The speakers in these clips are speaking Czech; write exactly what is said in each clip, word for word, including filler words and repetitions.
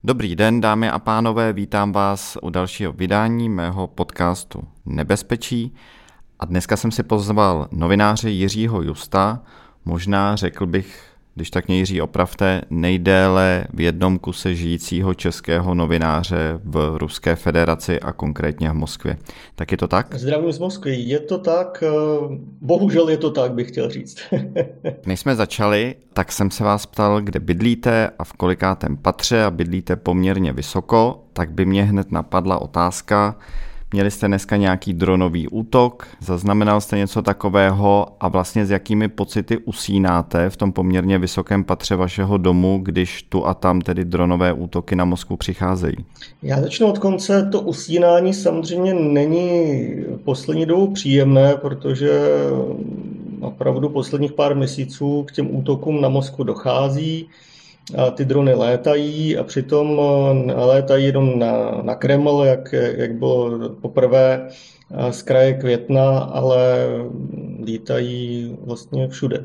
Dobrý den, dámy a pánové, vítám vás u dalšího vydání mého podcastu Nebezpečí a dneska jsem si pozval novináře Jiřího Justa, možná řekl bych, když tak mě Jiří opravte, nejdéle v jednom kuse žijícího českého novináře v Ruské federaci a konkrétně v Moskvě. Tak je to tak? Zdravím z Moskvy. Je to tak, bohužel je to tak, bych chtěl říct. Než jsme začali, tak jsem se vás ptal, kde bydlíte a v kolikátém patře a bydlíte poměrně vysoko, tak by mě hned napadla otázka. Měli jste dneska nějaký dronový útok, zaznamenal jste něco takového a vlastně s jakými pocity usínáte v tom poměrně vysokém patře vašeho domu, když tu a tam tedy dronové útoky na Moskvu přicházejí? Já začnu od konce. To usínání samozřejmě není poslední dobou příjemné, protože opravdu posledních pár měsíců k těm útokům na Moskvu dochází. A ty drony létají a přitom létají jenom na, na Kreml, jak, jak bylo poprvé z kraje Května, ale lítají vlastně všude.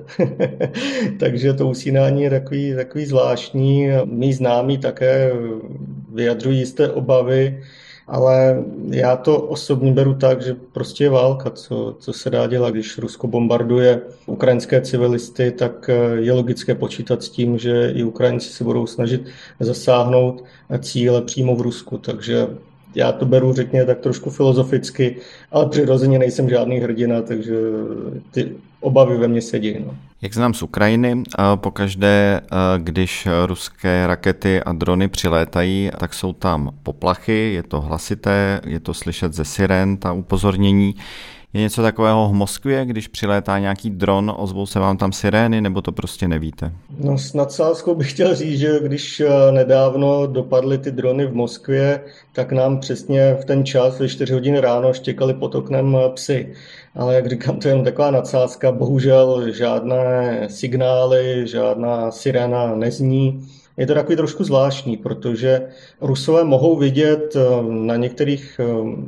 Takže to usínání je takový, takový zvláštní. Mí známí také vyjadřují jisté obavy, ale já to osobně beru tak, že prostě je válka, co, co se dá dělat. Když Rusko bombarduje ukrajinské civilisty, tak je logické počítat s tím, že i Ukrajinci se budou snažit zasáhnout cíle přímo v Rusku. Takže já to beru, řekněme, tak trošku filozoficky, ale přirozeně nejsem žádný hrdina, takže ty obavy ve mně sedí. No. Jak znám z Ukrajiny, pokaždé, když ruské rakety a drony přilétají, tak jsou tam poplachy, je to hlasité, je to slyšet ze siren, ta upozornění. Je něco takového v Moskvě, když přilétá nějaký dron, ozvou se vám tam sirény, nebo to prostě nevíte? No s nadsázkou bych chtěl říct, že když nedávno dopadly ty drony v Moskvě, tak nám přesně v ten čas ve čtyři hodiny ráno štěkali pod oknem psy. Ale jak říkám, to je jen taková nadsázka, bohužel žádné signály, žádná sirena nezní. Je to takový trošku zvláštní, protože Rusové mohou vidět na některých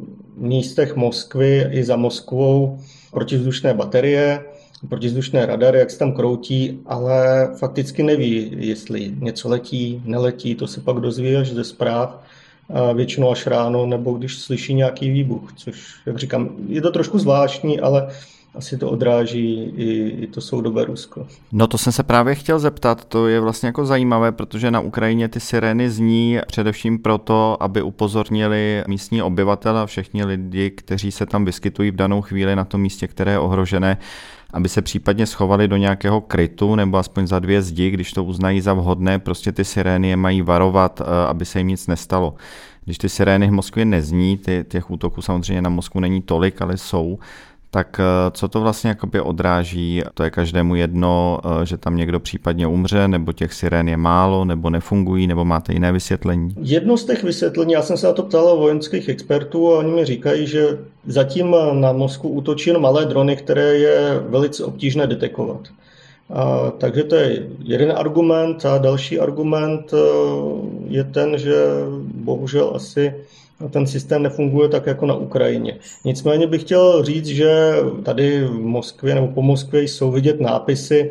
místech Moskvy i za Moskvou protivzdušné baterie, protivzdušné radary, jak se tam kroutí, ale fakticky neví, jestli něco letí, neletí, to se pak dozví až ze zpráv, většinou až ráno, nebo když slyší nějaký výbuch, což, jak říkám, je to trošku zvláštní, ale asi to odráží i, i to soudobé Rusko. No to jsem se právě chtěl zeptat, to je vlastně jako zajímavé, protože na Ukrajině ty sirény zní především proto, aby upozornili místní obyvatele a všichni lidi, kteří se tam vyskytují v danou chvíli na tom místě, které je ohrožené, aby se případně schovali do nějakého krytu nebo aspoň za dvě zdi, když to uznají za vhodné, prostě ty sirény je mají varovat, aby se jim nic nestalo. Když ty sirény v Moskvě nezní, ty, těch útoků samozřejmě na Moskvu není tolik, ale jsou, tak co to vlastně jakoby odráží? To je každému jedno, že tam někdo případně umře, nebo těch sirén je málo, nebo nefungují, nebo máte jiné vysvětlení? Jedno z těch vysvětlení, já jsem se na to ptal vojenských expertů a oni mi říkají, že zatím na Moskvu útočí jen malé drony, které je velice obtížné detekovat. A, takže to je jeden argument a další argument je ten, že bohužel asi ten systém nefunguje tak jako na Ukrajině. Nicméně bych chtěl říct, že tady v Moskvě nebo po Moskvě jsou vidět nápisy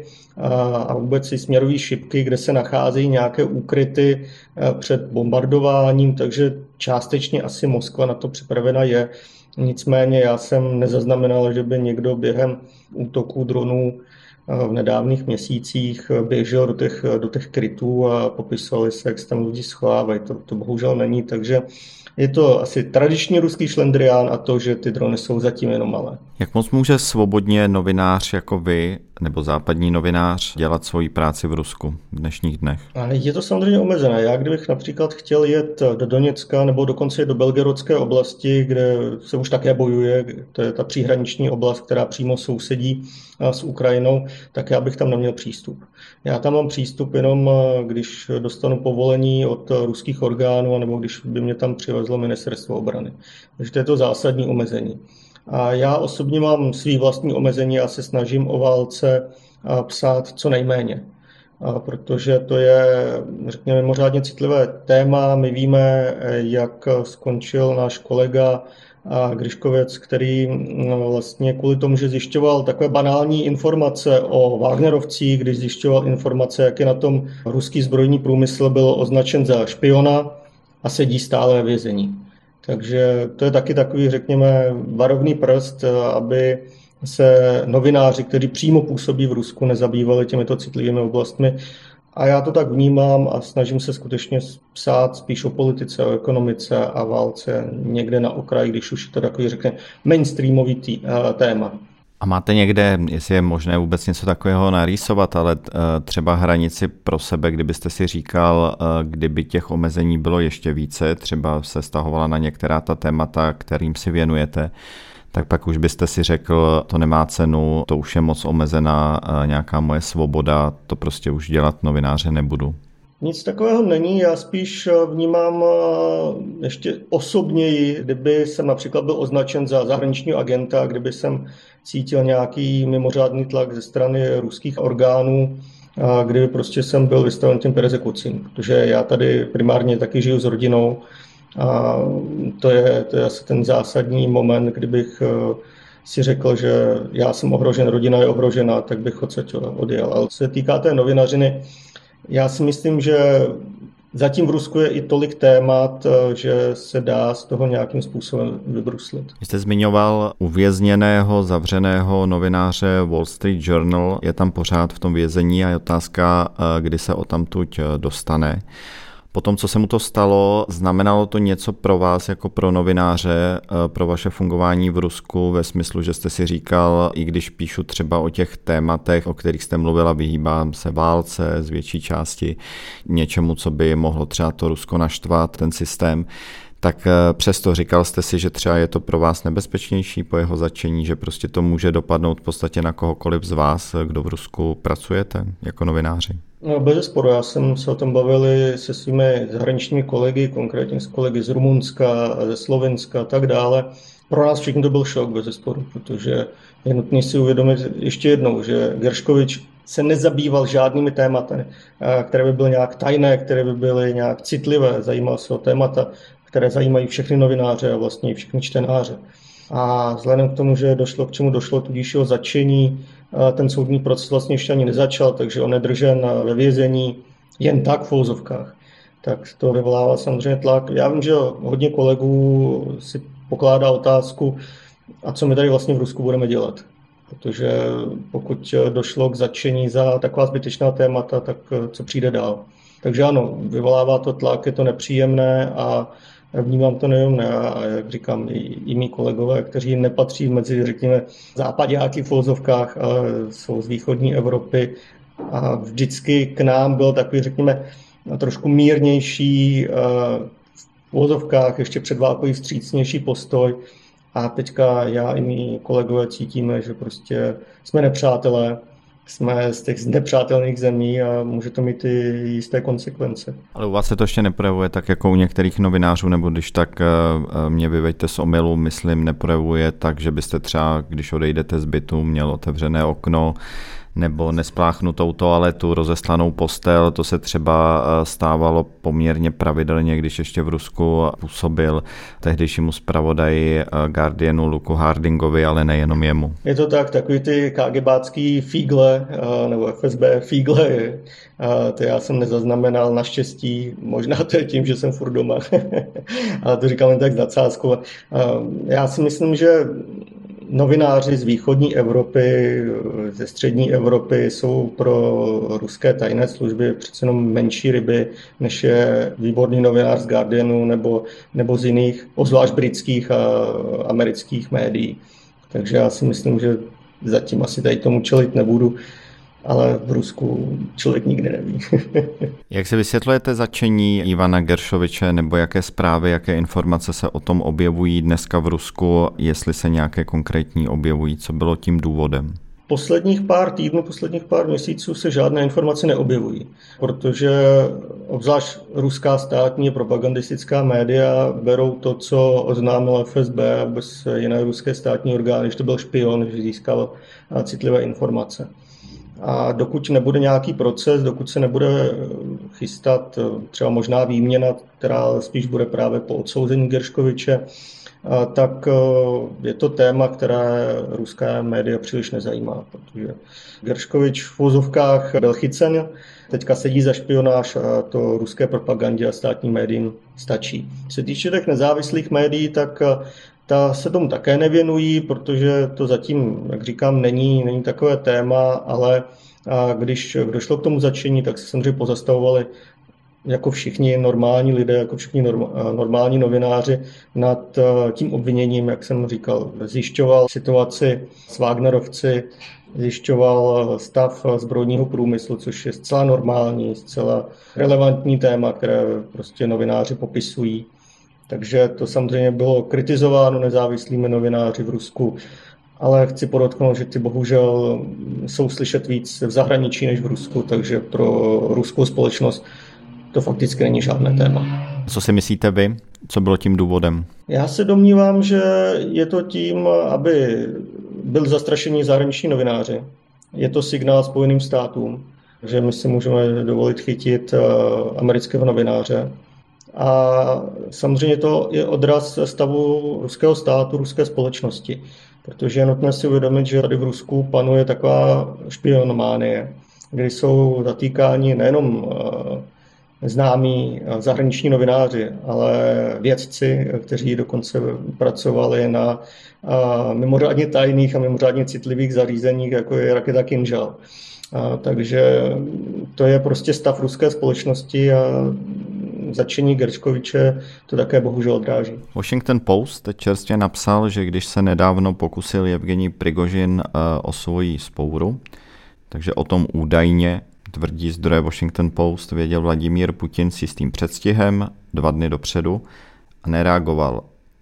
a vůbec i směrové šipky, kde se nacházejí nějaké úkryty před bombardováním, takže částečně asi Moskva na to připravena je. Nicméně já jsem nezaznamenal, že by někdo během útoků dronů v nedávných měsících běžel do těch, do těch krytů a popisovali se, jak se tam lidi schovávají. To, to bohužel není, takže je to asi tradiční ruský šlendrián a to, že ty drony jsou zatím jenom malé. Jak moc může svobodně novinář jako vy, nebo západní novinář, dělat svoji práci v Rusku v dnešních dnech? Je to samozřejmě omezené. Já kdybych například chtěl jet do Doněcka nebo dokonce do Belgorodské oblasti, kde se už také bojuje, to je ta příhraniční oblast, která přímo sousedí s Ukrajinou, tak já bych tam neměl přístup. Já tam mám přístup jenom, když dostanu povolení od ruských orgánů, nebo když by mě tam přivezlo ministerstvo obrany. Takže to je to zásadní omezení. A já osobně mám svý vlastní omezení, já se snažím o válce psát co nejméně. A protože to je, řekněme, mimořádně citlivé téma. My víme, jak skončil náš kolega a Gryškovec, který no, vlastně kvůli tomu, že zjišťoval takové banální informace o Wagnerovcích, když zjišťoval informace, jak je na tom ruský zbrojní průmysl, byl označen za špiona a sedí stále ve vězení. Takže to je taky takový, řekněme, varovný prst, aby se novináři, kteří přímo působí v Rusku, nezabývali těmito citlivými oblastmi. A já to tak vnímám a snažím se skutečně psát spíš o politice, o ekonomice a válce někde na okraji, když už je to takový, řekne, mainstreamový tý, téma. A máte někde, jestli je možné vůbec něco takového narýsovat, ale třeba hranici pro sebe, kdybyste si říkal, kdyby těch omezení bylo ještě více, třeba se stahovala na některá ta témata, kterým si věnujete, tak pak už byste si řekl, to nemá cenu, to už je moc omezená nějaká moje svoboda, to prostě už dělat novináře nebudu. Nic takového není, já spíš vnímám ještě osobněji, kdyby jsem například byl označen za zahraničního agenta, kdyby jsem cítil nějaký mimořádný tlak ze strany ruských orgánů, a kdyby prostě jsem byl vystaven těm perzekucím, protože já tady primárně taky žiju s rodinou a to je, to je asi ten zásadní moment, kdybych si řekl, že já jsem ohrožen, rodina je ohrožena, tak bych odsaď odjel. Ale co se týká té novinařiny, já si myslím, že zatím v Rusku je i tolik témat, že se dá z toho nějakým způsobem vybruslit. Vy jste zmiňoval uvězněného, zavřeného novináře Wall Street Journal. Je tam pořád v tom vězení a je otázka, kdy se odtamtud dostane. Po tom, co se mu to stalo, znamenalo to něco pro vás jako pro novináře, pro vaše fungování v Rusku ve smyslu, že jste si říkal, i když píšu třeba o těch tématech, o kterých jste mluvila, vyhýbám se válce z větší části, něčemu, co by mohlo třeba to Rusko naštvat, ten systém, tak přesto říkal jste si, že třeba je to pro vás nebezpečnější po jeho zatčení, že prostě to může dopadnout v podstatě na kohokoliv z vás, kdo v Rusku pracujete jako novináři? No, bezesporu, já jsem se o tom bavili se svými zahraničními kolegy, konkrétně s kolegy z Rumunska, ze Slovenska a tak dále. Pro nás všichni to byl šok, bezesporu, protože je nutné si uvědomit ještě jednou, že Gerškovič se nezabýval žádnými tématy, které by byly nějak tajné, které by byly nějak citlivé, zajímal se o témata, které zajímají všechny novináře a vlastně i všechny čtenáře. A vzhledem k tomu, že došlo k čemu došlo, tudíž jeho zatčení, ten soudní proces vlastně ještě ani nezačal, takže on je držen ve vězení jen tak v fouzovkách. Tak to vyvolává samozřejmě tlak. Já vím, že hodně kolegů si pokládá otázku, a co my tady vlastně v Rusku budeme dělat. Protože pokud došlo k zatčení za taková zbytečná témata, tak co přijde dál. Takže ano, vyvolává to tlak, je to nepříjemné a vnímám to nejenom já, a jak říkám, i, i mý kolegové, kteří nepatří mezi, řekněme, zápaďáky v uvozovkách, ale jsou z východní Evropy a vždycky k nám byl takový, řekněme, trošku mírnější, v uvozovkách ještě před válkou vstřícnější postoj. A teďka já i mý kolegové cítíme, že prostě jsme nepřátelé, jsme z těch nepřátelných zemí a může to mít i jisté konsekvence. Ale u vás se to ještě neprojevuje tak jako u některých novinářů, nebo když tak mě vyveďte z omylu, myslím, neprojevuje tak, že byste třeba, když odejdete z bytu, měl otevřené okno, nebo nespláchnutou toaletu, rozeslanou postel, to se třeba stávalo poměrně pravidelně, když ještě v Rusku působil tehdejšímu zpravodaji Guardianu Luku Hardingovi, ale nejenom jemu. Je to tak, takový ty KGBácký fígle, nebo F S B fígle, to já jsem nezaznamenal naštěstí, možná to je tím, že jsem furt doma, ale to říkám jen tak s nadsázkou. Já si myslím, že novináři z východní Evropy, ze střední Evropy jsou pro ruské tajné služby přece jenom menší ryby, než je výborný novinář z Guardianu nebo, nebo z jiných, obzvlášť britských a amerických médií. Takže já si myslím, že zatím asi tady tomu čelit nebudu, ale v Rusku člověk nikdy neví. Jak si vysvětlujete zatčení Ivana Geršoviče, nebo jaké zprávy, jaké informace se o tom objevují dneska v Rusku, jestli se nějaké konkrétní objevují, co bylo tím důvodem? Posledních pár týdnů, posledních pár měsíců se žádné informace neobjevují, protože obzvlášť ruská státní propagandistická média berou to, co oznámil F S B a bez jiné ruské státní orgány, že to byl špion, že získal citlivé informace. A dokud nebude nějaký proces, dokud se nebude chystat třeba možná výměna, která spíš bude právě po odsouzení Gerškoviče, tak je to téma, které ruské média příliš nezajímá, protože Gerškovič v uvozovkách byl chycen, teďka sedí za špionáž a to ruské propagandě a státním médiím stačí. Co se týče těch nezávislých médií, tak ta se tomu také nevěnují, protože to zatím, jak říkám, není, není takové téma, ale když došlo k tomu začení, tak se samozřejmě pozastavovali jako všichni normální lidé, jako všichni normální novináři nad tím obviněním, jak jsem říkal, zjišťoval situaci s Wagnerovci, zjišťoval stav zbrojního průmyslu, což je zcela normální, zcela relevantní téma, které prostě novináři popisují. Takže to samozřejmě bylo kritizováno nezávislými novináři v Rusku, ale chci podotknout, že ty bohužel jsou slyšet víc v zahraničí než v Rusku, takže pro ruskou společnost to fakticky není žádné téma. Co si myslíte vy? Co bylo tím důvodem? Já se domnívám, že je to tím, aby byl zastrašení zahraniční novináři. Je to signál Spojeným státům, že my si můžeme dovolit chytit amerického novináře. A samozřejmě to je odraz stavu ruského státu, ruské společnosti, protože je nutné si uvědomit, že tady v Rusku panuje taková špionománie, kdy jsou zatýkáni nejenom známí zahraniční novináři, ale vědci, kteří dokonce pracovali na mimořádně tajných a mimořádně citlivých zařízeních, jako je raketa Kinžal. A takže to je prostě stav ruské společnosti a začení Gerškoviče to také bohužel odráží. Washington Post čerstvě napsal, že když se nedávno pokusil Jevgenij Prigožin o svoji vzpouru, takže o tom údajně, tvrdí zdroje Washington Post, věděl Vladimír Putin s jistým předstihem dva dny dopředu a nereagoval.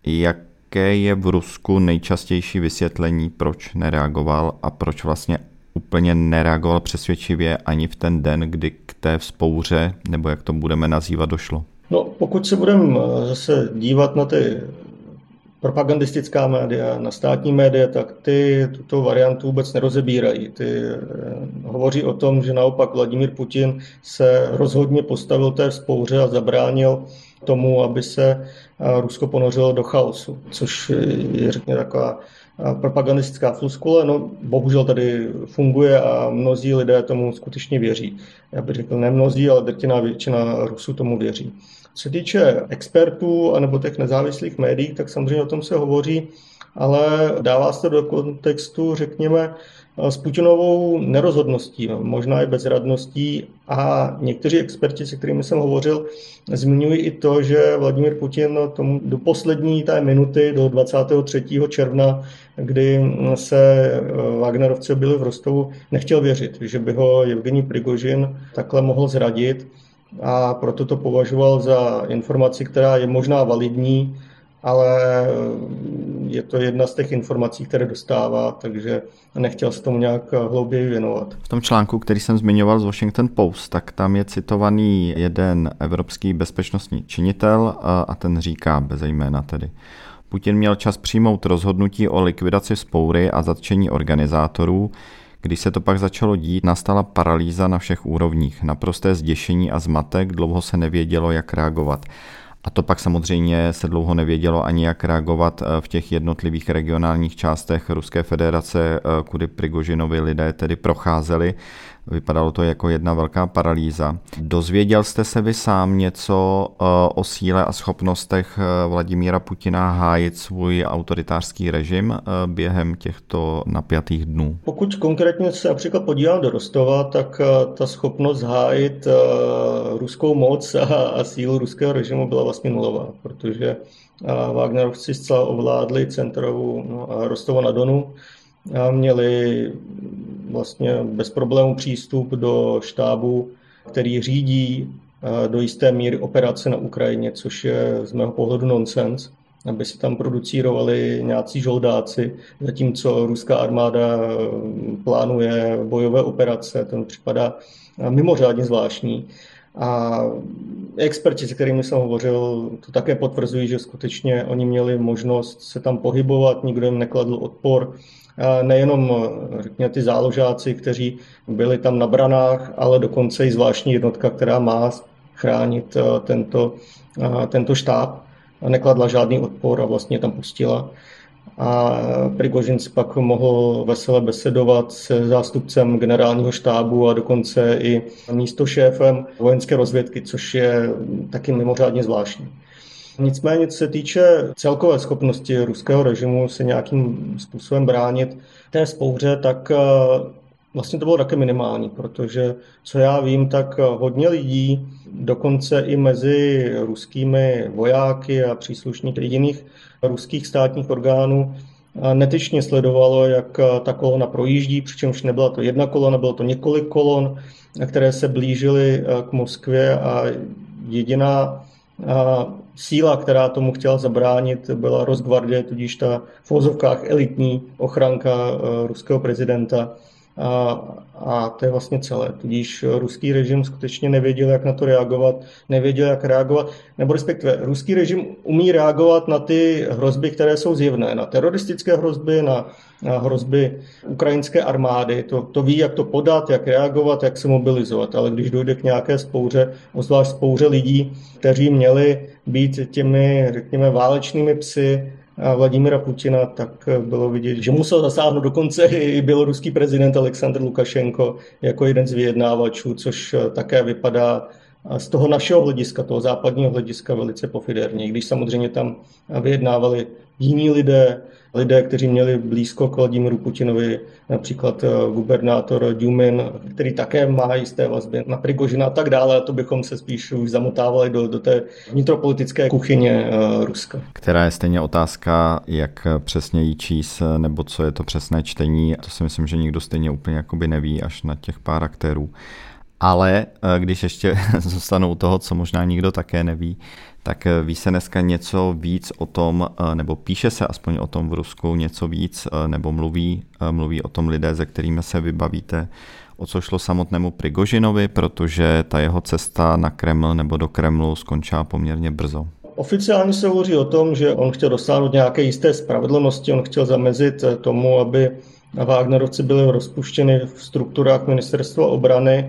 Jaké je v Rusku nejčastější vysvětlení, proč nereagoval a proč vlastně úplně nereagoval přesvědčivě ani v ten den, kdy k té vzpouře, nebo jak to budeme nazývat, došlo? No, pokud se budeme zase dívat na ty propagandistická média, na státní média, tak ty tuto variantu vůbec nerozebírají. Ty hovoří o tom, že naopak Vladimír Putin se rozhodně postavil té vzpouře a zabránil tomu, aby se Rusko ponořilo do chaosu, což je, řekněme, taková propagandistická floskule. No, bohužel tady funguje a mnozí lidé tomu skutečně věří. Já bych řekl ne mnozí, ale drtivá většina Rusů tomu věří. Co se týče expertů anebo těch nezávislých médií, tak samozřejmě o tom se hovoří, ale dává se do kontextu, řekněme, s Putinovou nerozhodností, možná i bezradností, a někteří experti, se kterými jsem hovořil, zmiňují i to, že Vladimír Putin tomu do poslední té minuty, do dvacátého třetího června, kdy se Wagnerovci byli v Rostovu, nechtěl věřit, že by ho Jevgenij Prigožin takhle mohl zradit, a proto to považoval za informaci, která je možná validní, ale je to jedna z těch informací, které dostává, takže nechtěl se tomu nějak hlouběji věnovat. V tom článku, který jsem zmiňoval z Washington Post, tak tam je citovaný jeden evropský bezpečnostní činitel a ten říká, bez jména tedy: Putin měl čas přijmout rozhodnutí o likvidaci vzpoury a zatčení organizátorů. Když se to pak začalo dít, nastala paralýza na všech úrovních, naprosté zděšení a zmatek, dlouho se nevědělo, jak reagovat. A to pak samozřejmě se dlouho nevědělo ani jak reagovat v těch jednotlivých regionálních částech Ruské federace, kudy Prigožinovi lidé tedy procházeli. Vypadalo to jako jedna velká paralýza. Dozvěděl jste se vy sám něco o síle a schopnostech Vladimíra Putina hájit svůj autoritářský režim během těchto napjatých dnů? Pokud konkrétně se například podívám do Rostova, tak ta schopnost hájit ruskou moc a sílu ruského režimu byla vlastně nulová, protože Wagnerovci zcela ovládli centrovou no, Rostovo na Donu, a měli vlastně bez problémů přístup do štábu, který řídí do jisté míry operace na Ukrajině, což je z mého pohledu nonsens, aby se tam producírovali nějací žoldáci, zatímco ruská armáda plánuje bojové operace, to mi připadá mimořádně zvláštní. A experti, se kterými jsem hovořil, to také potvrzují, že skutečně oni měli možnost se tam pohybovat, nikdo jim nekladl odpor. Nejenom, řekněme, ty záložáci, kteří byli tam na branách, ale dokonce i zvláštní jednotka, která má chránit tento, tento štáb, nekladla žádný odpor a vlastně tam pustila. A Prigožin pak mohl vesele besedovat se zástupcem generálního štábu a dokonce i místošéfem vojenské rozvědky, což je taky mimořádně zvláštní. Nicméně, co se týče celkové schopnosti ruského režimu se nějakým způsobem bránit té vzpouře, tak vlastně to bylo také minimální, protože co já vím, tak hodně lidí, dokonce i mezi ruskými vojáky a příslušníky jiných ruských státních orgánů, netyčně sledovalo, jak ta kolona projíždí, přičemž nebyla to jedna kolona, bylo to několik kolon, které se blížily k Moskvě a jediná síla, která tomu chtěla zabránit, byla Rosgvardie, tudíž ta v uvozovkách elitní ochranka ruského prezidenta. A, a to je vlastně celé. Tudíž ruský režim skutečně nevěděl, jak na to reagovat, nevěděl, jak reagovat, nebo respektive ruský režim umí reagovat na ty hrozby, které jsou zjevné, na teroristické hrozby, na, na hrozby ukrajinské armády. To, to ví, jak to podat, jak reagovat, jak se mobilizovat, ale když dojde k nějaké vzpouře, obzvlášť vzpouře lidí, kteří měli být těmi, řekněme, válečnými psy Vladimira Putina, tak bylo vidět, že musel zasáhnout dokonce i běloruský prezident Aleksandr Lukašenko jako jeden z vyjednávačů, což také vypadá z toho našeho hlediska, toho západního hlediska velice pofiderně, když samozřejmě tam vyjednávali jiní lidé, lidé, kteří měli blízko k Vladimiru Putinovi, například gubernátor Dumin, který také má jisté vazby na Prigožina a tak dále, a to bychom se spíš už zamotávali do, do té vnitropolitické kuchyně uh, Ruska. Která je stejně otázka, jak přesně jí číst, nebo co je to přesné čtení, to si myslím, že nikdo stejně úplně jakoby neví, až na těch pár aktérů. Ale když ještě zůstanu u toho, co možná nikdo také neví, tak ví se dneska něco víc o tom, nebo píše se aspoň o tom v Rusku něco víc, nebo mluví, mluví o tom lidé, se kterými se vybavíte, o co šlo samotnému Prigožinovi, protože ta jeho cesta na Kreml nebo do Kremlu skončila poměrně brzo. Oficiálně se hovoří o tom, že on chtěl dosáhnout nějaké jisté spravedlnosti, on chtěl zamezit tomu, aby Wagnerovci byli rozpuštěni v strukturách ministerstva obrany.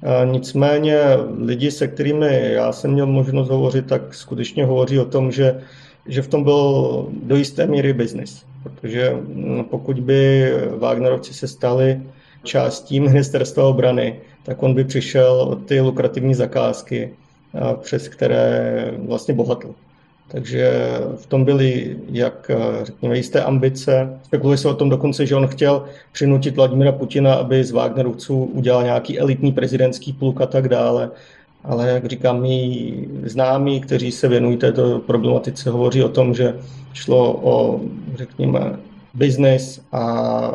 Nicméně lidi, se kterými já jsem měl možnost hovořit, tak skutečně hovoří o tom, že, že v tom byl do jisté míry biznis. Protože pokud by Wagnerovci se stali částí ministerstva obrany, tak on by přišel o ty lukrativní zakázky, přes které vlastně bohatl. Takže v tom byly, jak řekněme, jisté ambice. Spekuluje se o tom dokonce, že on chtěl přinutit Vladimira Putina, aby z Wagnerovců udělal nějaký elitní prezidentský pluk a tak dále. Ale jak říkám, mý známí, kteří se věnují této problematice, hovoří o tom, že šlo o, řekněme, biznis a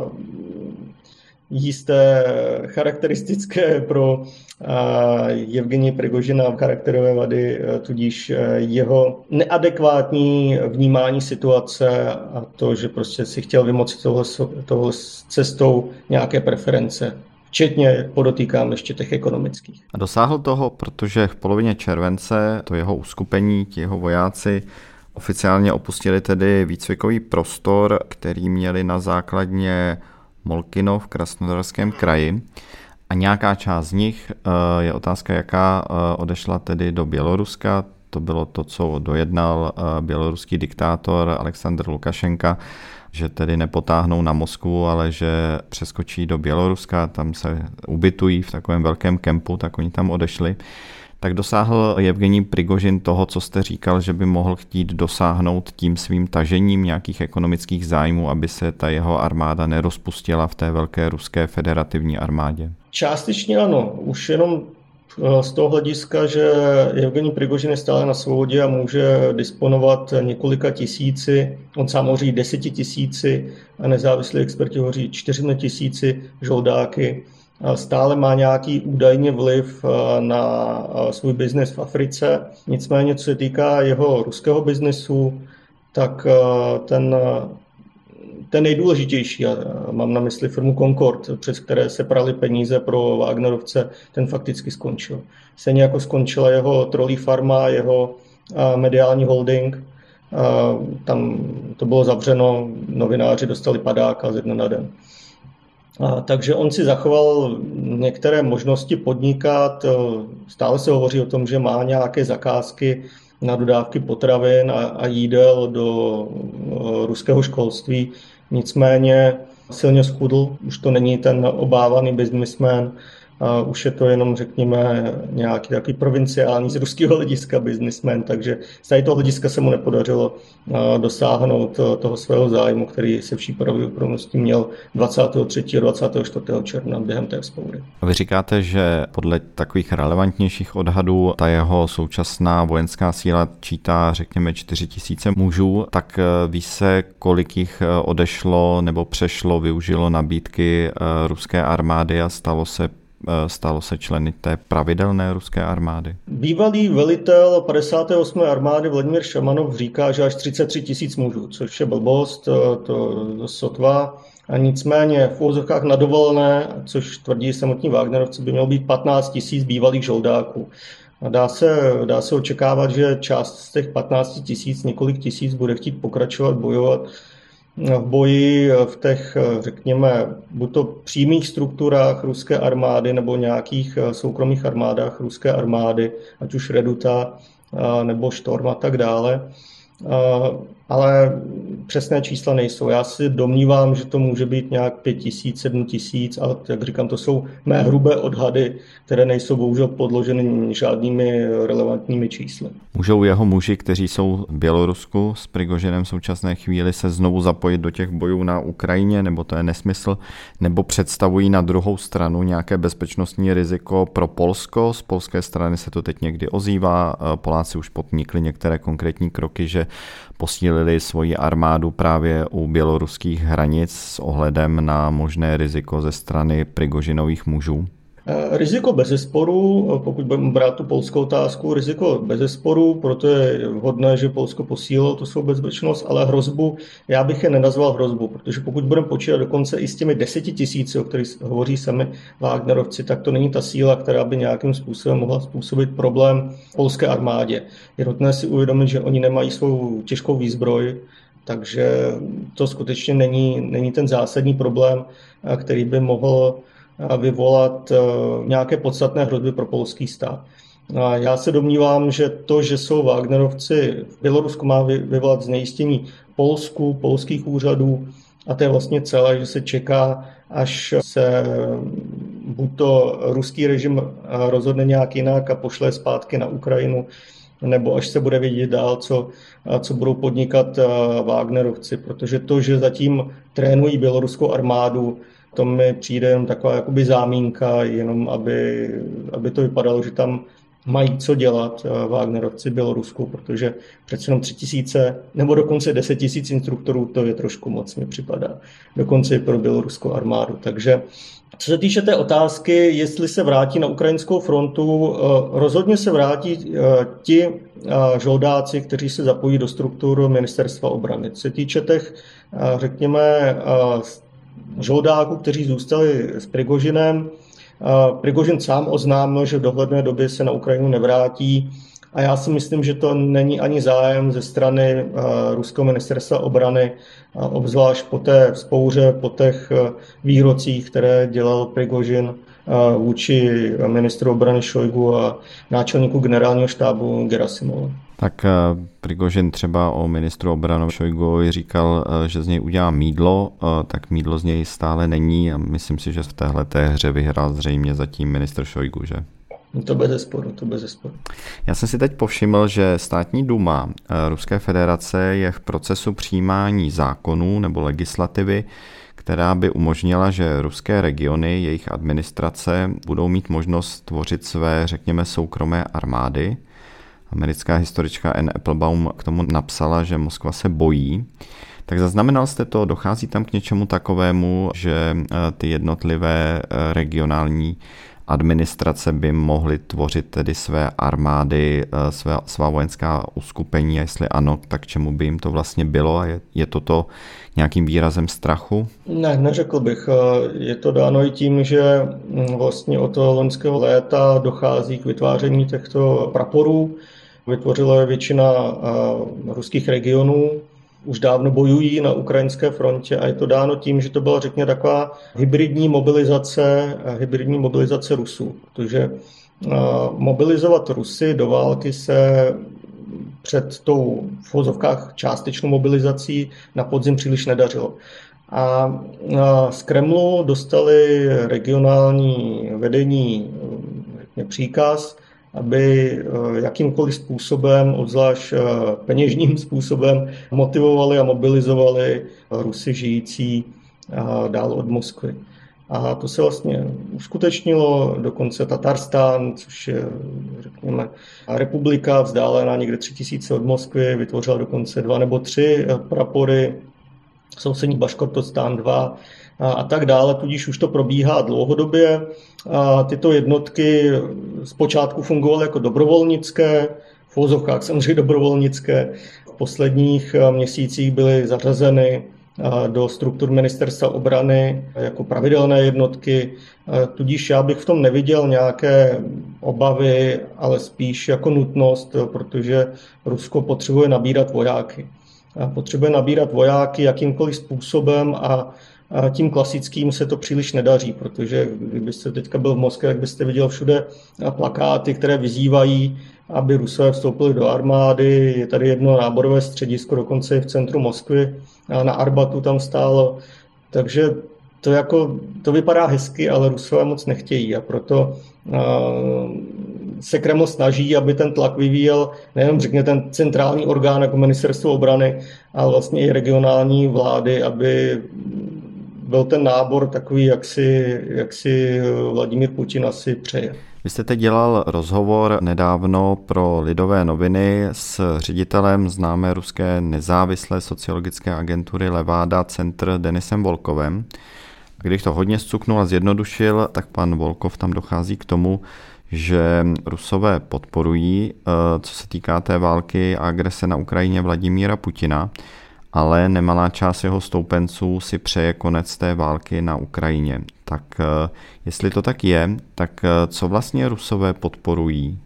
jisté charakteristické pro Jevgenije Prigožina charakterové vady, tudíž jeho neadekvátní vnímání situace a to, že prostě si chtěl vymoci tohle, tohle cestou nějaké preference, včetně, podotýkám, ještě těch ekonomických. A dosáhl toho, protože v polovině července to jeho uskupení, ti jeho vojáci oficiálně opustili tedy výcvikový prostor, který měli na základně Molkino v Krasnodarském kraji a nějaká část z nich, je otázka jaká, odešla tedy do Běloruska. To bylo to, co dojednal běloruský diktátor Aleksandr Lukašenka, že tedy nepotáhnou na Moskvu, ale že přeskočí do Běloruska, tam se ubytují v takovém velkém kempu, tak oni tam odešli. Tak dosáhl Jevgenij Prigožin toho, co jste říkal, že by mohl chtít dosáhnout tím svým tažením nějakých ekonomických zájmů, aby se ta jeho armáda nerozpustila v té velké ruské federativní armádě? Částečně ano. Už jenom z toho hlediska, že Jevgenij Prigožin je stále na svobodě a může disponovat několika tisíci, on sám hovoří deseti tisíci a nezávislí experti hovoří čtyřmi tisíci žoldáky. Stále má nějaký údajně vliv na svůj biznes v Africe. Nicméně, co se týká jeho ruského biznesu, tak ten ten nejdůležitější, já mám na mysli firmu Concord, přes které se praly peníze pro Wagnerovce, ten fakticky skončil. Stejně jako skončila jeho trolí farma, jeho mediální holding, tam to bylo zavřeno, novináři dostali padáka ze dne na den. A, takže on si zachoval některé možnosti podnikat, stále se hovoří o tom, že má nějaké zakázky na dodávky potravin a, a jídel do o, ruského školství, nicméně silně schudl, už to není ten obávaný businessman, a už je to jenom, řekněme, nějaký takový provinciální z ruského hlediska businessman, takže z tady toho hlediska se mu nepodařilo dosáhnout toho svého zájmu, který se vší pravděpodobností měl dvacátého třetího a dvacátého čtvrtého června během té vzpoury. A vy říkáte, že podle takových relevantnějších odhadů ta jeho současná vojenská síla čítá, řekněme, čtyři tisíce mužů, tak ví se, kolik jich odešlo nebo přešlo, využilo nabídky ruské armády a stalo se stalo se členy té pravidelné ruské armády? Bývalý velitel padesáté osmé armády Vladimír Šamanov říká, že až třicet tři tisíc mužů, což je blbost, to, to sotva. A nicméně v úvozovkách na dovolené, což tvrdí samotní Wagnerovci, by mělo být patnáct tisíc bývalých žoldáků. A dá se, dá se očekávat, že část z těch patnáct tisíc, několik tisíc bude chtít pokračovat, bojovat v boji v těch, řekněme, buď to přímých strukturách ruské armády nebo nějakých soukromých armádách ruské armády, ať už Reduta nebo Štorm a tak dále. Ale přesné čísla nejsou. Já si domnívám, že to může být nějak pět tisíc, sedm tisíc, ale jak říkám, to jsou mé hrubé odhady, které nejsou bohužel podloženy žádnými relevantními čísly. Můžou jeho muži, kteří jsou v Bělorusku s Prigožinem v současné chvíli, se znovu zapojit do těch bojů na Ukrajině, nebo to je nesmysl, nebo představují na druhou stranu nějaké bezpečnostní riziko pro Polsko? Z polské strany se to teď někdy ozývá. Poláci už podnikli některé konkrétní kroky, že posílili svoji armádu právě u běloruských hranic s ohledem na možné riziko ze strany Prigožinových mužů? Riziko bezesporu, pokud budeme brát tu polskou otázku, riziko bezesporu, proto je vhodné, že Polsko posílilo tu svou bezpečnost, ale hrozbu, já bych je nenazval hrozbu, protože pokud budeme počítat dokonce i s těmi deseti tisíci, o kterých hovoří sami Wagnerovci, tak to není ta síla, která by nějakým způsobem mohla způsobit problém polské armádě. Je nutné si uvědomit, že oni nemají svou těžkou výzbroj, takže to skutečně není, není ten zásadní problém, který by mohl vyvolat nějaké podstatné hrozby pro polský stát. A já se domnívám, že to, že jsou Wagnerovci v Bělorusku, má vyvolat znejistění Polsku, polských úřadů a to je vlastně celé, že se čeká, až se buď to ruský režim rozhodne nějak jinak a pošle zpátky na Ukrajinu, nebo až se bude vědět dál, co, co budou podnikat Wagnerovci, protože to, že zatím trénují běloruskou armádu, to mi přijde jenom taková jakoby zámínka, jenom aby, aby to vypadalo, že tam mají co dělat Wagnerovci Bělorusku, protože přece jenom tři tisíce nebo dokonce deset tisíc instruktorů, to je trošku moc, mi připadá, dokonce i pro běloruskou armádu. Takže co se týče té otázky, jestli se vrátí na ukrajinskou frontu, rozhodně se vrátí ti žoldáci, kteří se zapojí do struktur ministerstva obrany. Co se týče těch, řekněme, žoldáků, kteří zůstali s Prigožinem. Prigožin sám oznámil, že v dohledné době se na Ukrajinu nevrátí a já si myslím, že to není ani zájem ze strany ruského ministerstva obrany, obzvlášť po té vzpouře, po těch výrocích, které dělal Prigožin vůči ministru obrany Šojgu a náčelníku generálního štábu Gerasimovu. Tak Prigožin třeba o ministru obrany Šojguovi říkal, že z něj udělá mýdlo, tak mýdlo z něj stále není a myslím si, že v téhleté hře vyhrál zřejmě zatím ministr Šojgu, že? To bezesporu, to bezesporu. Já jsem si teď povšiml, že státní duma Ruské federace je v procesu přijímání zákonů nebo legislativy, která by umožnila, že ruské regiony, jejich administrace budou mít možnost tvořit své, řekněme, soukromé armády. Americká historička Anne Applebaum k tomu napsala, že Moskva se bojí. Tak zaznamenal jste to, dochází tam k něčemu takovému, že ty jednotlivé regionální administrace by mohly tvořit tedy své armády, své, svá vojenská uskupení a jestli ano, tak čemu by jim to vlastně bylo a je, je toto nějakým výrazem strachu? Ne, neřekl bych. Je to dáno i tím, že vlastně od loňského léta dochází k vytváření těchto praporů. Vytvořila většina ruských regionů, už dávno bojují na ukrajinské frontě a je to dáno tím, že to byla, řekněme, taková hybridní mobilizace, hybridní mobilizace Rusů. Protože mobilizovat Rusy do války se před tou v uvozovkách částečnou mobilizací na podzim příliš nedařilo. A z Kremlu dostali regionální vedení příkaz, aby jakýmkoliv způsobem, obzvlášť peněžním způsobem, motivovali a mobilizovali Rusy žijící dál od Moskvy. A to se vlastně uskutečnilo, dokonce Tatarstán, což je, řekněme, republika vzdálená někde tři tisíce od Moskvy, vytvořila dokonce dva nebo tři prapory, sousední Baškortostán dva a, a tak dále, tudíž už to probíhá dlouhodobě. A tyto jednotky zpočátku fungovaly jako dobrovolnické, v uvozovkách samozřejmě dobrovolnické, v posledních měsících byly zařazeny do struktur ministerstva obrany jako pravidelné jednotky, tudíž já bych v tom neviděl nějaké obavy, ale spíš jako nutnost, protože Rusko potřebuje nabírat vojáky. Potřebuje nabírat vojáky jakýmkoliv způsobem a tím klasickým se to příliš nedaří, protože kdybyste teďka byl v Moskvě, tak byste viděl všude plakáty, které vyzývají, aby Rusové vstoupili do armády. Je tady jedno náborové středisko, dokonce i v centru Moskvy, a na Arbatu tam stálo. Takže to, jako, to vypadá hezky, ale Rusové moc nechtějí a proto se Kreml snaží, aby ten tlak vyvíjel nejen řekně ten centrální orgán jako ministerstvo obrany, ale vlastně i regionální vlády, aby byl ten nábor takový, jak si, jak si Vladimír Putin asi přeje. Vy jste teď dělal rozhovor nedávno pro Lidové noviny s ředitelem známé ruské nezávislé sociologické agentury Levada Centr Denisem Volkovem. Když to hodně zcuknul a zjednodušil, tak pan Volkov tam dochází k tomu, že Rusové podporují, co se týká té války a agrese na Ukrajině, Vladimíra Putina, ale nemalá část jeho stoupenců si přeje konec té války na Ukrajině. Tak jestli to tak je, tak co vlastně Rusové podporují?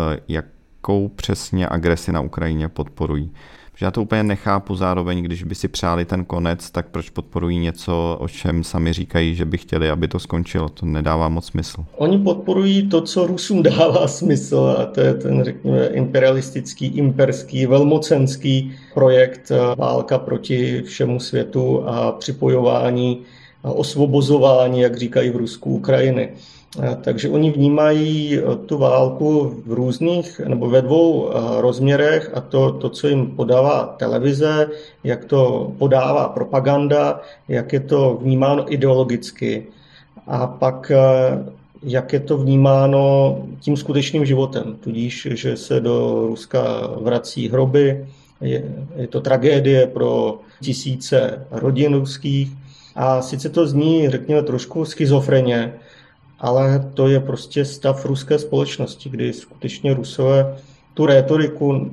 Jakou přesně agresi na Ukrajině podporují? Protože já to úplně nechápu zároveň, když by si přáli ten konec, tak proč podporují něco, o čem sami říkají, že by chtěli, aby to skončilo? To nedává moc smysl. Oni podporují to, co Rusům dává smysl, a to je ten, řekněme, imperialistický, imperský, velmocenský projekt válka proti všemu světu a připojování a osvobozování, jak říkají v Rusku, Ukrajiny. Takže oni vnímají tu válku v různých nebo ve dvou rozměrech a to, to, co jim podává televize, jak to podává propaganda, jak je to vnímáno ideologicky a pak jak je to vnímáno tím skutečným životem. Tudíž, že se do Ruska vrací hroby, je, je to tragédie pro tisíce rodin ruských a sice to zní, řekněme, trošku schizofreně, ale to je prostě stav ruské společnosti, kdy skutečně Rusové tu rétoriku,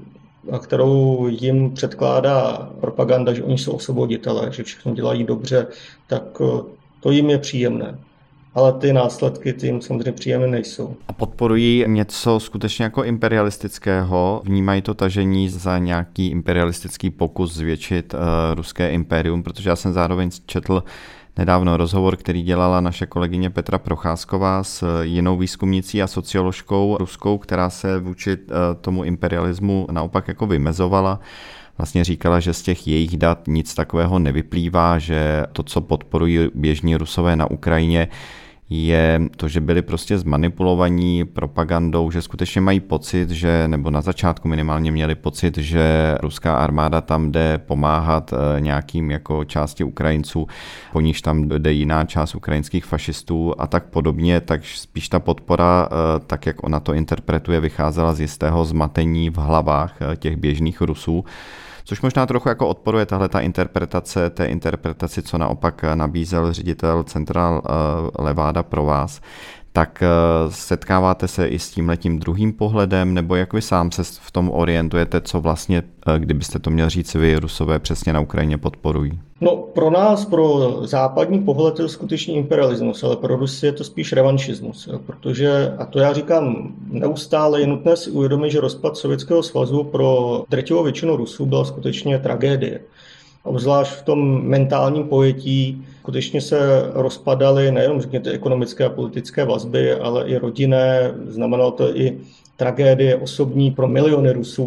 kterou jim předkládá propaganda, že oni jsou osvoboditelé, že všechno dělají dobře, tak to jim je příjemné. Ale ty následky ty jim samozřejmě příjemné nejsou. A podporují něco skutečně jako imperialistického? Vnímají to tažení za nějaký imperialistický pokus zvětšit uh, ruské impérium? Protože já jsem zároveň četl nedávno rozhovor, který dělala naše kolegyně Petra Procházková s jinou výzkumnicí a socioložkou ruskou, která se vůči tomu imperialismu naopak jako vymezovala. Vlastně říkala, že z těch jejich dat nic takového nevyplývá, že to, co podporují běžní Rusové na Ukrajině, je to, že byli prostě zmanipulovaní propagandou, že skutečně mají pocit, že, nebo na začátku minimálně měli pocit, že ruská armáda tam jde pomáhat nějakým jako části Ukrajinců, po níž tam jde jiná část ukrajinských fašistů a tak podobně, tak spíš ta podpora, tak jak ona to interpretuje, vycházela z jistého zmatení v hlavách těch běžných Rusů, což možná trochu jako odporuje tahle ta interpretace, té interpretaci, co naopak nabízel ředitel Centra Levada pro vás. tak setkáváte se i s tímhletím druhým pohledem, nebo jak vy sám se v tom orientujete, co vlastně, kdybyste to měl říct vy, Rusové přesně na Ukrajině podporují? No pro nás, pro západní pohled je to skutečně imperialismus, ale pro Rusy je to spíš revanšismus, protože, a to já říkám neustále, je nutné si uvědomit, že rozpad Sovětského svazu pro drtivou většinu Rusů byla skutečně tragédie. Obzvlášť v tom mentálním pojetí skutečně se rozpadaly nejenom řekněte, ekonomické a politické vazby, ale i rodinné, znamenalo to i tragédie osobní pro miliony Rusů.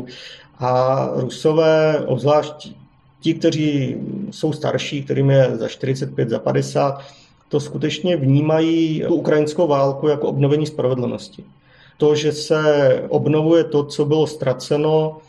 A Rusové, obzvlášť ti, kteří jsou starší, kterým je za čtyřicet pět, za padesát, to skutečně vnímají tu ukrajinskou válku jako obnovení spravedlnosti. To, že se obnovuje to, co bylo ztraceno,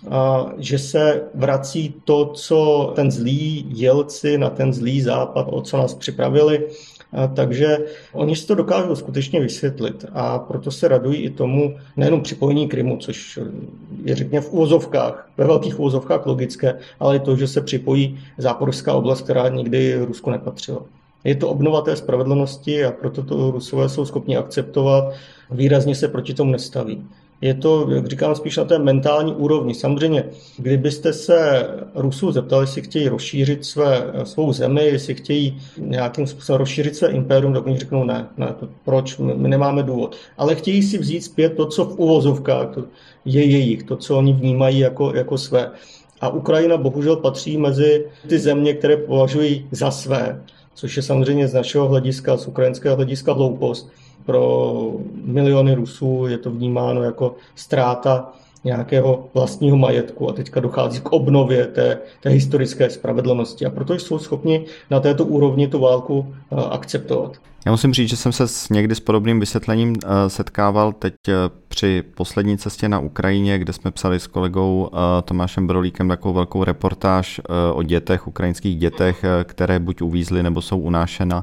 a že se vrací to, co ten zlý Jelcin na ten zlý západ, o co nás připravili. A takže oni si to dokážou skutečně vysvětlit a proto se radují i tomu nejenom připojení Krymu, což je řekněme v úvozovkách, ve velkých úvozovkách logické, ale i to, že se připojí záporská oblast, která nikdy Rusku nepatřila. Je to obnova té spravedlnosti a proto to Rusové jsou schopni akceptovat, výrazně se proti tomu nestaví. Je to, jak říkám, spíš na té mentální úrovni. Samozřejmě, kdybyste se Rusů zeptali, jestli chtějí rozšířit své, svou zemi, jestli chtějí nějakým způsobem rozšířit své impérium, tak oni řeknou ne, ne, to proč, my nemáme důvod. Ale chtějí si vzít zpět to, co v uvozovkách je jejich, to, co oni vnímají jako, jako své. A Ukrajina bohužel patří mezi ty země, které považují za své, což je samozřejmě z našeho hlediska, z ukrajinského hlediska hloupost. Pro miliony Rusů je to vnímáno jako ztráta nějakého vlastního majetku a teďka dochází k obnově té, té historické spravedlnosti a proto jsou schopni na této úrovni tu válku akceptovat. Já musím říct, že jsem se s někdy s podobným vysvětlením setkával teď při poslední cestě na Ukrajině, kde jsme psali s kolegou Tomášem Brolíkem takovou velkou reportáž o dětech, ukrajinských dětech, které buď uvízly nebo jsou unášena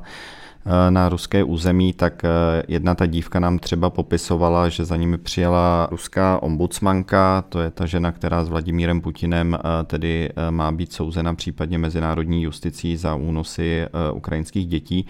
na ruské území, tak jedna ta dívka nám třeba popisovala, že za nimi přijela ruská ombudsmanka, to je ta žena, která s Vladimírem Putinem tedy má být souzena případně mezinárodní justicí za únosy ukrajinských dětí,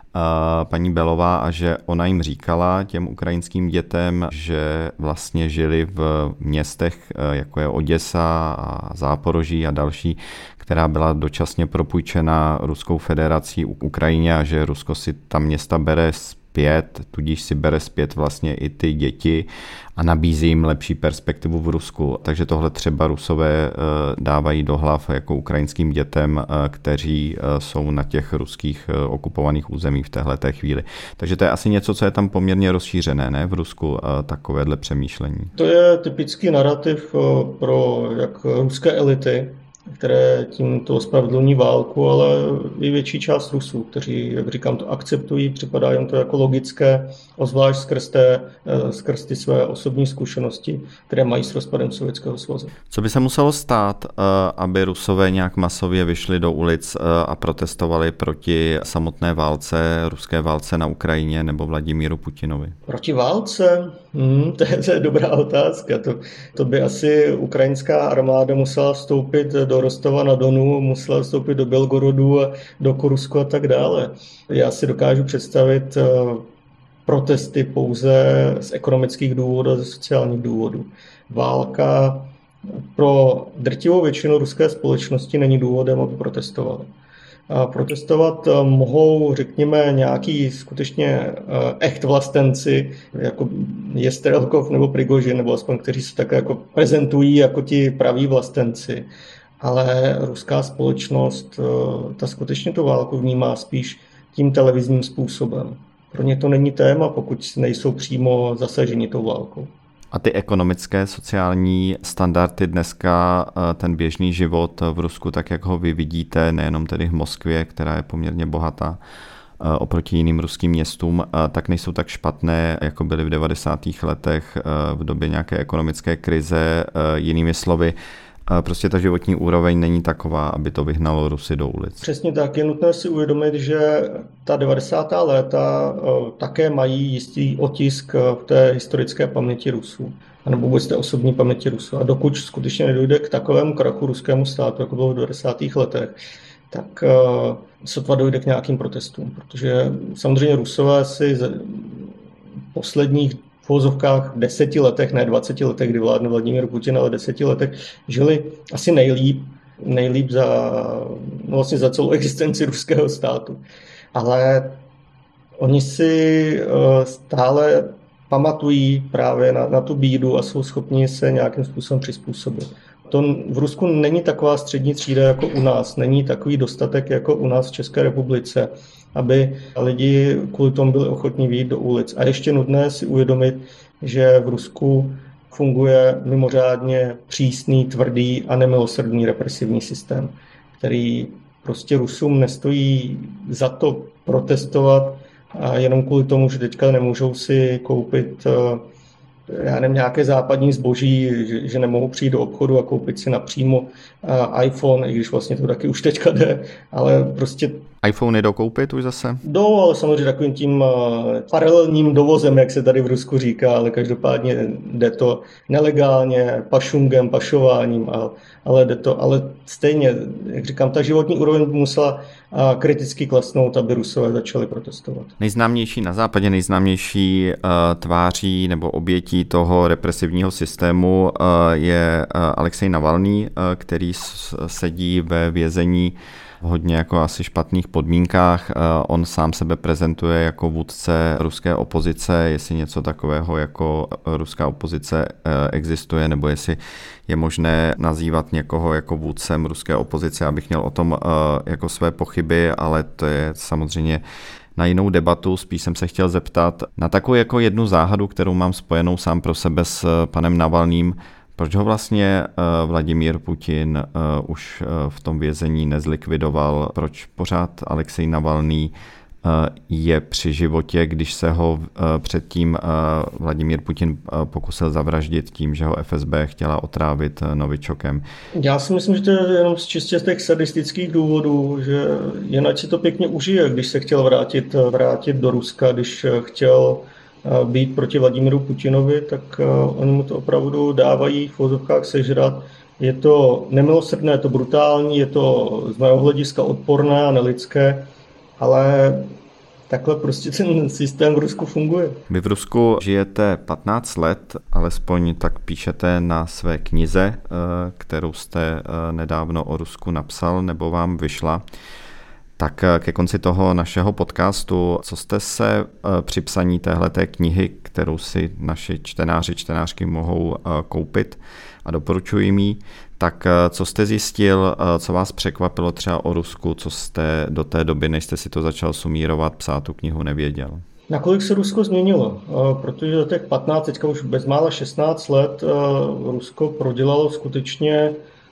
paní Belová, a že ona jim říkala těm ukrajinským dětem, že vlastně žili v městech, jako je Oděsa a Záporoží a další, která byla dočasně propůjčena Ruskou federací Ukrajině a že Rusko si ta města bere zpět, tudíž si bere zpět vlastně i ty děti a nabízí jim lepší perspektivu v Rusku. Takže tohle třeba Rusové dávají do hlav jako ukrajinským dětem, kteří jsou na těch ruských okupovaných územích v téhleté chvíli. Takže to je asi něco, co je tam poměrně rozšířené, ne, v Rusku, takovéhle přemýšlení. To je typický narrativ pro jak ruské elity, které tímto ospravedlní válku, ale i větší část Rusů, kteří, jak říkám, to akceptují, připadá jim to jako logické, ozvlášť skrz, té, skrz ty své osobní zkušenosti, které mají s rozpadem Sovětského svazu. Co by se muselo stát, aby Rusové nějak masově vyšli do ulic a protestovali proti samotné válce, ruské válce na Ukrajině nebo Vladimíru Putinovi? Proti válce? Hmm, to, je, to je dobrá otázka. To, to by asi ukrajinská armáda musela vstoupit do Rostova na Donu, musela vstoupit do Belgorodu a do Kurusku a tak dále. Já si dokážu představit protesty pouze z ekonomických důvodů a ze sociálních důvodů. Válka pro drtivou většinu ruské společnosti není důvodem, aby protestovali. A protestovat mohou, řekněme, nějaký skutečně echt vlastenci, jako Jestrelkov nebo Prigožin, nebo aspoň kteří se tak jako prezentují jako ti praví vlastenci. Ale ruská společnost ta skutečně tu válku vnímá spíš tím televizním způsobem. Pro ně to není téma, pokud nejsou přímo zasaženi tou válkou. A ty ekonomické, sociální standardy dneska, ten běžný život v Rusku, tak jak ho vy vidíte, nejenom tedy v Moskvě, která je poměrně bohatá oproti jiným ruským městům, tak nejsou tak špatné, jako byly v devadesátých letech v době nějaké ekonomické krize. Jinými slovy, prostě ta životní úroveň není taková, aby to vyhnalo Rusy do ulic. Přesně tak. Je nutné si uvědomit, že ta devadesátá léta také mají jistý otisk v té historické paměti Rusů, nebo vůbec té osobní paměti Rusů. A dokud skutečně nedojde k takovému krachu ruskému státu, jako bylo v devadesátých letech, tak sotva dojde k nějakým protestům, protože samozřejmě Rusové si posledních v uvozovkách deseti letech, ne dvaceti letech, kdy vládne Vladimír Putin, ale deseti letech žili asi nejlíp, nejlíp za, no vlastně za celou existenci ruského státu. Ale oni si stále pamatují právě na, na tu bídu a jsou schopni se nějakým způsobem přizpůsobit. To v Rusku není taková střední třída jako u nás, není takový dostatek jako u nás v České republice, aby lidi kvůli tomu byli ochotní vyjít do ulic. A ještě nutné si uvědomit, že v Rusku funguje mimořádně přísný, tvrdý a nemilosrdný represivní systém, který prostě Rusům nestojí za to protestovat a jenom kvůli tomu, že teďka nemůžou si koupit já nevím, nějaké západní zboží, že, že nemohou přijít do obchodu a koupit si napřímo uh, iPhone, i když vlastně to taky už teďka jde, ale prostě... iPhone jdou koupit už zase? Jdou, ale samozřejmě takovým tím uh, paralelním dovozem, jak se tady v Rusku říká, ale každopádně jde to nelegálně, pašungem, pašováním, ale, ale jde to, ale stejně, jak říkám, ta životní úroveň musela uh, kriticky klesnout, aby Rusové začali protestovat. Nejznámější na západě, nejznámější uh, tváří nebo obětí toho represivního systému uh, je uh, Alexej Navalný, uh, který s- sedí ve vězení v hodně jako asi špatných podmínkách. On sám sebe prezentuje jako vůdce ruské opozice, jestli něco takového jako ruská opozice existuje, nebo jestli je možné nazývat někoho jako vůdcem ruské opozice, abych měl o tom jako své pochyby, ale to je samozřejmě na jinou debatu. Spíš jsem se chtěl zeptat na takovou jako jednu záhadu, kterou mám spojenou sám pro sebe s panem Navalným. Proč ho vlastně Vladimír Putin už v tom vězení nezlikvidoval? Proč pořád Alexej Navalný je při životě, když se ho předtím Vladimír Putin pokusil zavraždit tím, že ho F S B chtěla otrávit novičokem? Já si myslím, že to je jenom z čistě z těch sadistických důvodů, že jen ať si to pěkně užije, když se chtěl vrátit, vrátit do Ruska, když chtěl být proti Vladimíru Putinovi, tak oni mu to opravdu dávají v uvozovkách sežrat. Je to nemilosrdné, je to brutální, je to z mého hlediska odporné a nelidské, ale takhle prostě ten systém v Rusku funguje. Vy v Rusku žijete patnáct let, alespoň tak píšete na své knize, kterou jste nedávno o Rusku napsal nebo vám vyšla. Tak ke konci toho našeho podcastu, co jste se při psaní téhleté knihy, kterou si naši čtenáři, čtenářky mohou koupit a doporučuji mi, tak co jste zjistil, co vás překvapilo třeba o Rusku, co jste do té doby, než jste si to začal sumírovat, psát tu knihu, nevěděl? Nakolik se Rusko změnilo? Protože do těch patnáct, teďka už bezmála šestnáct let, Rusko prodělalo skutečně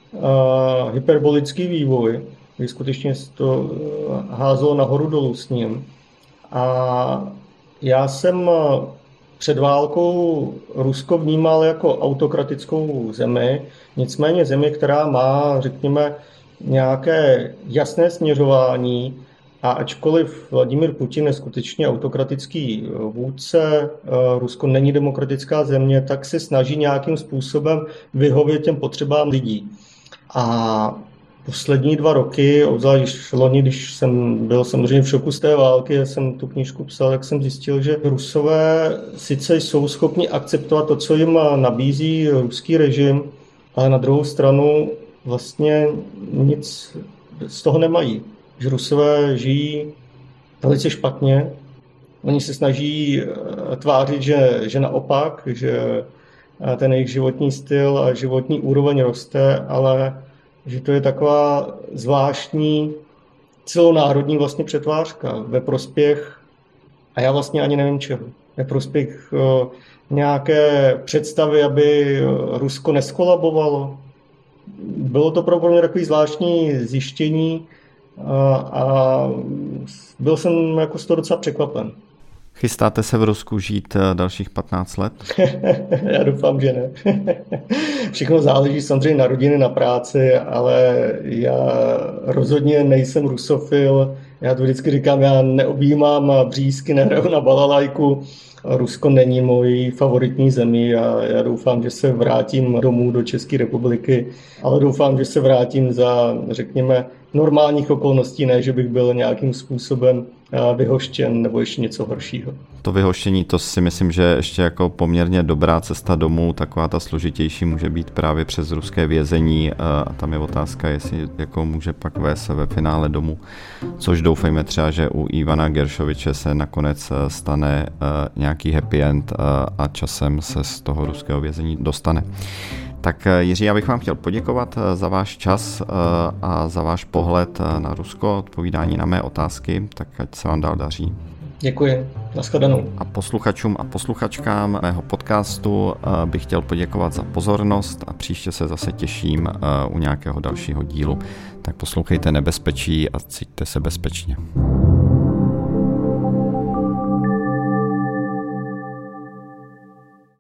hyperbolický vývoj, kdy skutečně to házelo nahoru dolů s ním. A já jsem před válkou Rusko vnímal jako autokratickou zemi, nicméně zemi, která má, řekněme, nějaké jasné směřování, a ačkoliv Vladimír Putin je skutečně autokratický vůdce, Rusko není demokratická země, tak se snaží nějakým způsobem vyhovět těm potřebám lidí. A poslední dva roky, obzvlášť loni, když jsem byl samozřejmě v šoku z té války, já jsem tu knížku psal, jak jsem zjistil, že Rusové sice jsou schopni akceptovat to, co jim nabízí ruský režim, ale na druhou stranu vlastně nic z toho nemají. Že Rusové žijí velice špatně, oni se snaží tvářit, že, že naopak, že ten jejich životní styl a životní úroveň roste, ale že to je taková zvláštní celonárodní vlastně přetvářka ve prospěch, a já vlastně ani nevím čeho, ve prospěch uh, nějaké představy, aby Rusko neskolabovalo. Bylo to pro mě takový zvláštní zjištění uh, a byl jsem jako z toho docela překvapen. Chystáte se v Rusku žít dalších patnáct let? Já doufám, že ne. Všechno záleží samozřejmě na rodiny, na práci, ale já rozhodně nejsem rusofil. Já to vždycky říkám, já neobjímám břízky, nehraju na balalajku. Rusko není mojí favoritní zemí a já doufám, že se vrátím domů do České republiky, ale doufám, že se vrátím za, řekněme, normálních okolností, ne, že bych byl nějakým způsobem vyhoštěn nebo ještě něco horšího. To vyhoštění, to si myslím, že ještě jako poměrně dobrá cesta domů, taková ta složitější může být právě přes ruské vězení a tam je otázka, jestli jako může pak vést ve finále domů, což doufejme třeba, že u Ivana Geršoviče se nakonec stane nějaký happy end a časem se z toho ruského vězení dostane. Tak Jiří, já bych vám chtěl poděkovat za váš čas a za váš pohled na Rusko, odpovídání na mé otázky, tak ať se vám dál daří. Děkuji, nashledanou. A posluchačům a posluchačkám mého podcastu bych chtěl poděkovat za pozornost a příště se zase těším u nějakého dalšího dílu. Tak poslouchejte Nebezpečí a cíťte se bezpečně.